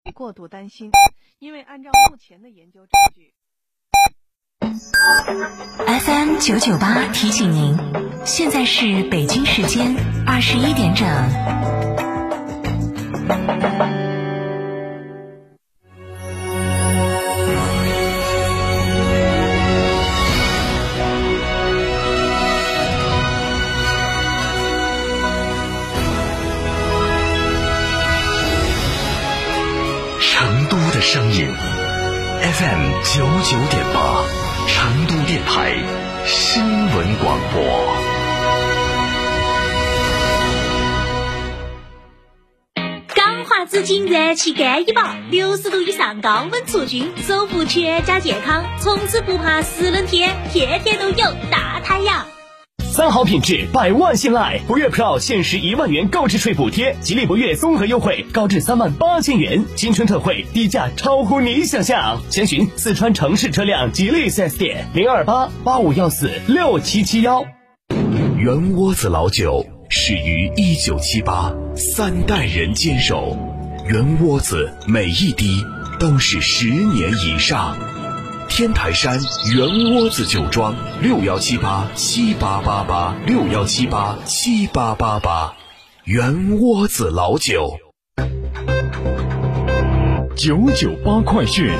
过度担心，因为按照目前的研究证据。 FM998 提醒您，现在是北京时间21点整。 成都的声音 FM99.8，成都电台新闻广播。 钢化资金燃气干衣宝，60度以上高温除菌，守护全家健康，从此不怕湿冷天，天天都有大太阳。 3好品质，百万信赖，博越 Pro 限时1万元购置税补贴，吉利博越综合优惠高至38000元，新春特惠，低价超乎你想象。详询四川城市车辆吉利 4S 店02885146771。 原窝子老酒始于1978，三代人坚守，原窝子每一滴都是10年以上。天台山原窝子酒庄6178788861787888，原窝子老酒。 998快讯。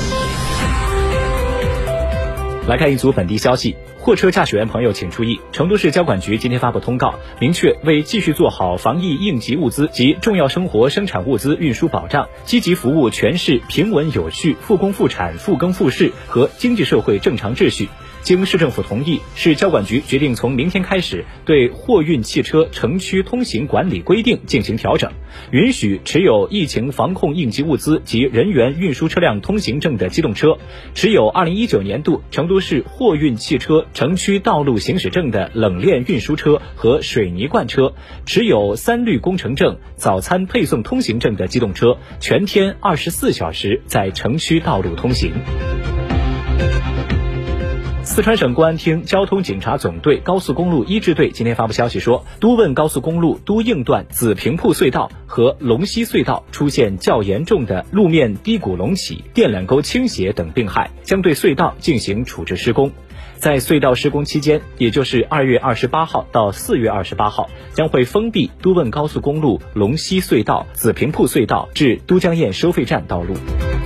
来看一组本地消息，货车驾驶员朋友请注意，成都市交管局今天发布通告，明确为继续做好防疫应急物资及重要生活生产物资运输保障，积极服务全市平稳有序复工复产、复耕复市和经济社会正常秩序。经市政府同意，市交管局决定从明天开始对货运汽车城区通行管理规定进行调整，允许持有疫情防控应急物资及人员运输车辆通行证的机动车，持有2019年度成都市货运汽车城区道路行驶证的冷链运输车和水泥罐车，持有3绿工程证、早餐配送通行证的机动车，全天24小时在城区道路通行。四川省公安厅交通警察总队高速公路一支队今天发布消息说，都汶高速公路都应段紫坪铺隧道和龙溪隧道出现较严重的路面低谷隆起、电缆沟倾斜等病害，将对隧道进行处置施工。在隧道施工期间，也就是2月28号到4月28号，将会封闭都汶高速公路龙溪隧道、紫坪铺隧道至都江堰收费站道路。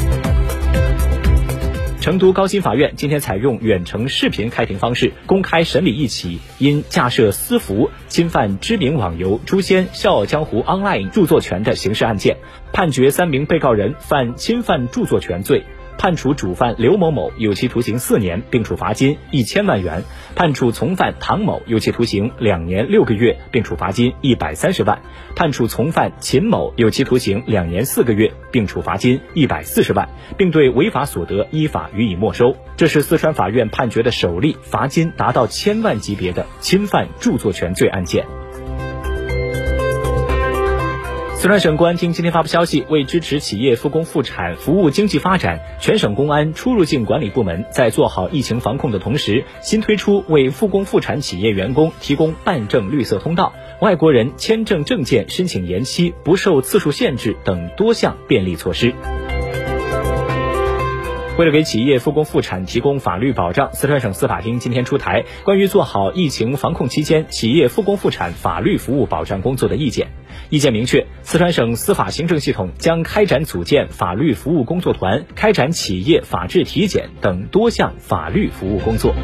成都高新法院今天采用远程视频开庭方式公开审理一起因架设私服侵犯知名网游诛仙笑傲江湖 online 著作权的刑事案件，判决3名被告人犯侵犯著作权罪，判处主犯刘某某有期徒刑4年，并处罚金1000万元；判处从犯唐某有期徒刑2年6个月，并处罚金130万；判处从犯秦某有期徒刑2年4个月，并处罚金140万，并对违法所得依法予以没收。这是四川法院判决的首例罚金达到1000万级别的侵犯著作权罪案件。四川省公安厅今天发布消息，为支持企业复工复产、服务经济发展，全省公安出入境管理部门在做好疫情防控的同时，新推出为复工复产企业员工提供办证绿色通道、外国人签证证件申请延期、不受次数限制等多项便利措施。为了给企业复工复产提供法律保障，四川省司法厅今天出台关于做好疫情防控期间企业复工复产法律服务保障工作的意见。意见明确，四川省司法行政系统将开展组建法律服务工作团，开展企业法治体检等多项法律服务工作。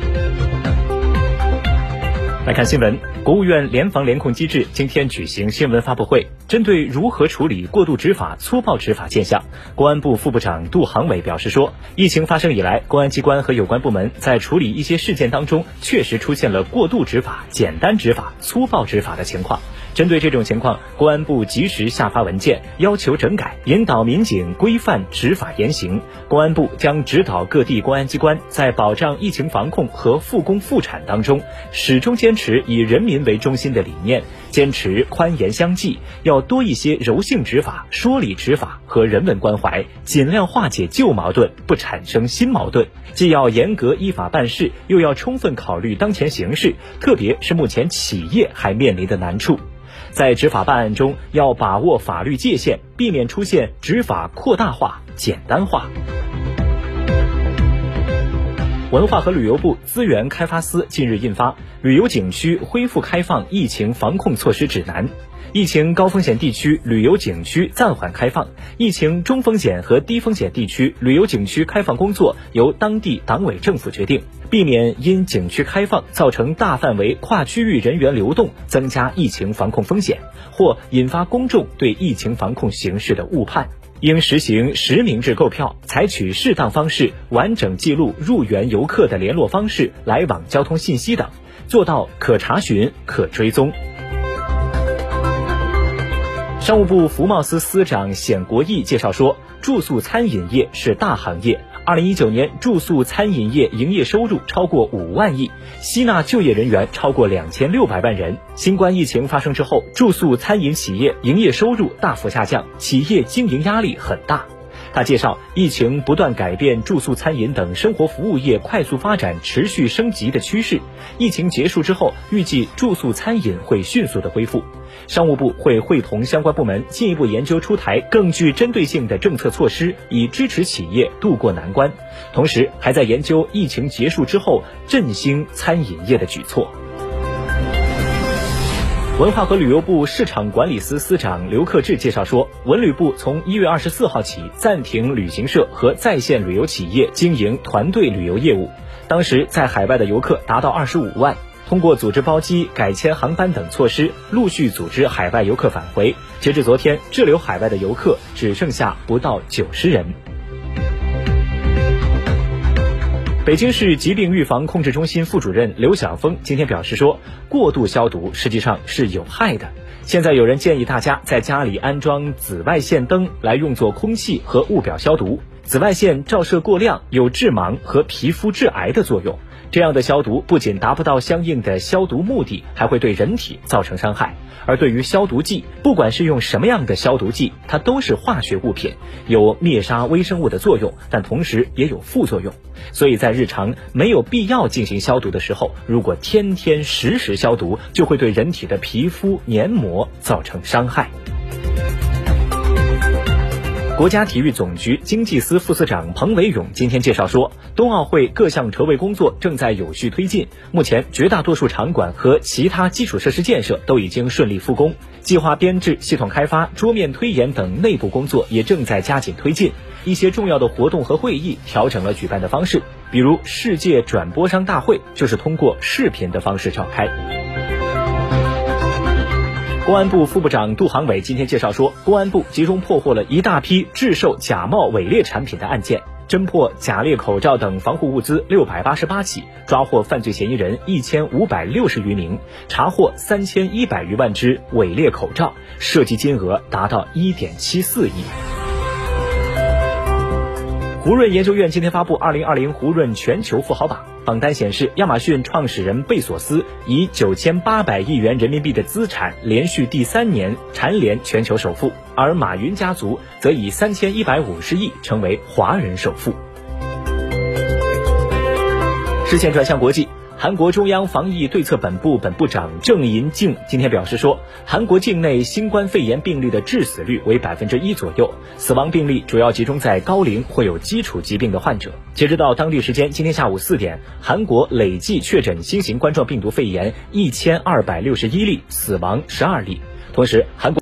来看新闻，国务院联防联控机制今天举行新闻发布会，针对如何处理过度执法、粗暴执法现象，公安部副部长杜航伟表示说，疫情发生以来，公安机关和有关部门在处理一些事件当中，确实出现了过度执法、简单执法、粗暴执法的情况。针对这种情况，公安部及时下发文件，要求整改，引导民警规范执法严刑。公安部将指导各地公安机关在保障疫情防控和复工复产当中，始终坚持以人民为中心的理念，坚持宽严相济，要多一些柔性执法、说理执法和人文关怀，尽量化解旧矛盾，不产生新矛盾。既要严格依法办事，又要充分考虑当前形势，特别是目前企业还面临的难处。 在执法办案中要把握法律界限，避免出现执法扩大化、简单化。文化和旅游部资源开发司近日印发《旅游景区恢复开放疫情防控措施指南》，疫情高风险地区旅游景区暂缓开放，疫情中风险和低风险地区旅游景区开放工作由当地党委政府决定，避免因景区开放造成大范围跨区域人员流动，增加疫情防控风险，或引发公众对疫情防控形势的误判。应实行实名制购票，采取适当方式完整记录入园游客的联络方式、来往交通信息等，做到可查询、可追踪。商务部服贸司司长冼国义介绍说，住宿餐饮业是大行业，2019年住宿餐饮业营业收入超过5万亿，吸纳就业人员超过2600万人。新冠疫情发生之后，住宿餐饮企业营业收入大幅下降，企业经营压力很大。他介绍，疫情不断改变住宿餐饮等生活服务业快速发展、持续升级的趋势。疫情结束之后，预计住宿餐饮会迅速的恢复。商务部会会同相关部门进一步研究出台更具针对性的政策措施，以支持企业渡过难关。同时，还在研究疫情结束之后振兴餐饮业的举措。文化和旅游部市场管理司司长刘克志介绍说，文旅部从1月24号起暂停旅行社和在线旅游企业经营团队旅游业务。当时在海外的游客达到25万，通过组织包机、改签航班等措施，陆续组织海外游客返回。截至昨天，滞留海外的游客只剩下不到90人。北京市疾病预防控制中心副主任刘晓峰今天表示说，过度消毒实际上是有害的。现在有人建议大家在家里安装紫外线灯来用作空气和物表消毒。紫外线照射过量有致盲和皮肤致癌的作用，这样的消毒不仅达不到相应的消毒目的，还会对人体造成伤害。而对于消毒剂，不管是用什么样的消毒剂，它都是化学物品，有灭杀微生物的作用，但同时也有副作用。所以在日常没有必要进行消毒的时候，如果天天时时消毒，就会对人体的皮肤黏膜造成伤害。国家体育总局经济司副司长彭伟勇今天介绍说，冬奥会各项筹备工作正在有序推进，目前绝大多数场馆和其他基础设施建设都已经顺利复工，计划编制、系统开发、桌面推演等内部工作也正在加紧推进。一些重要的活动和会议调整了举办的方式，比如世界转播商大会就是通过视频的方式召开。公安部副部长杜航伟今天介绍说，公安部集中破获了一大批制售假冒伪劣产品的案件，侦破假劣口罩等防护物资688起，抓获犯罪嫌疑人1560余名，查获3100余万只伪劣口罩，涉及金额达到1.74亿。胡润研究院今天发布2020胡润全球富豪榜，榜单显示，亚马逊创始人贝索斯以9800亿元人民币的资产，连续第3年蝉联全球首富，而马云家族则以3150亿成为华人首富。视线转向国际，韩国中央防疫对策本部本部长郑银静今天表示说，韩国境内新冠肺炎病例的致死率为1%左右，死亡病例主要集中在高龄或有基础疾病的患者。截止到当地时间今天下午4点，韩国累计确诊新型冠状病毒肺炎1261例，死亡12例。同时，韩国